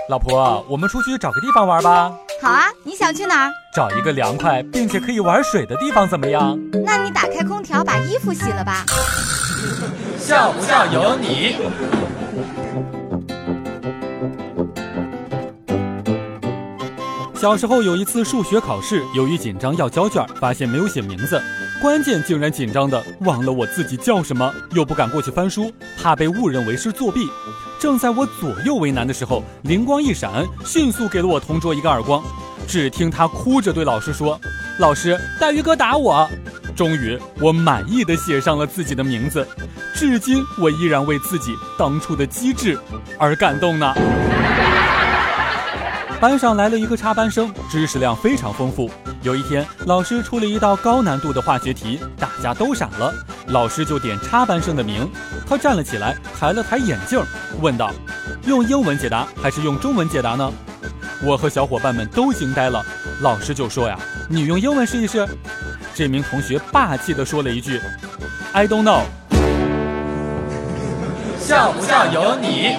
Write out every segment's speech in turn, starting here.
老婆，我们出去找个地方玩吧。 好啊，你想去哪儿？ 找一个凉快并且可以玩水的地方怎么样？ 那你打开空调把衣服洗了吧。 笑不笑由你。 小时候有一次数学考试，由于紧张要交卷，发现没有写名字，关键竟然紧张的忘了我自己叫什么，又不敢过去翻书，怕被误认为是作弊。正在我左右为难的时候，灵光一闪，迅速给了我同桌一个耳光。只听他哭着对老师说：“老师，大鱼哥打我。”终于，我满意的写上了自己的名字。至今，我依然为自己当初的机智而感动呢。班上来了一个插班生，知识量非常丰富。有一天，老师出了一道高难度的化学题，大家都傻了。老师就点插班生的名，他站了起来，抬了抬眼镜，问道：“用英文解答还是用中文解答呢？”我和小伙伴们都惊呆了。老师就说呀：“你用英文试一试。”这名同学霸气地说了一句 ：“I don't know。” 笑不笑由你。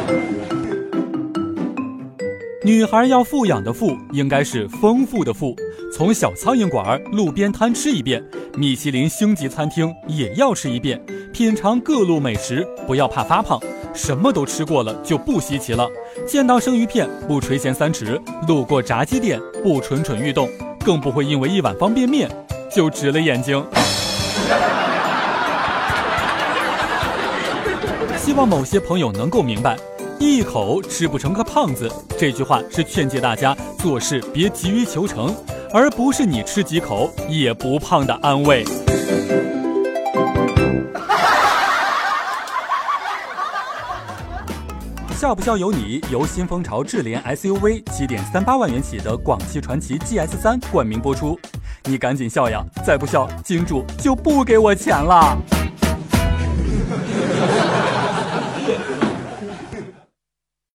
女孩要富养的富应该是丰富的富，从小苍蝇馆、路边摊吃一遍，米其林星级餐厅也要吃一遍，品尝各路美食，不要怕发胖，什么都吃过了就不稀奇了。见到生鱼片不垂涎三尺，路过炸鸡店不蠢蠢欲动，更不会因为一碗方便面就直了眼睛。希望某些朋友能够明白，一口吃不成个胖子，这句话是劝诫大家做事别急于求成，而不是你吃几口也不胖的安慰。笑不笑由你，由新风潮智联 SUV 7.38万元起的广汽传祺 GS3 冠名播出。你赶紧笑呀，再不笑，金主就不给我钱了。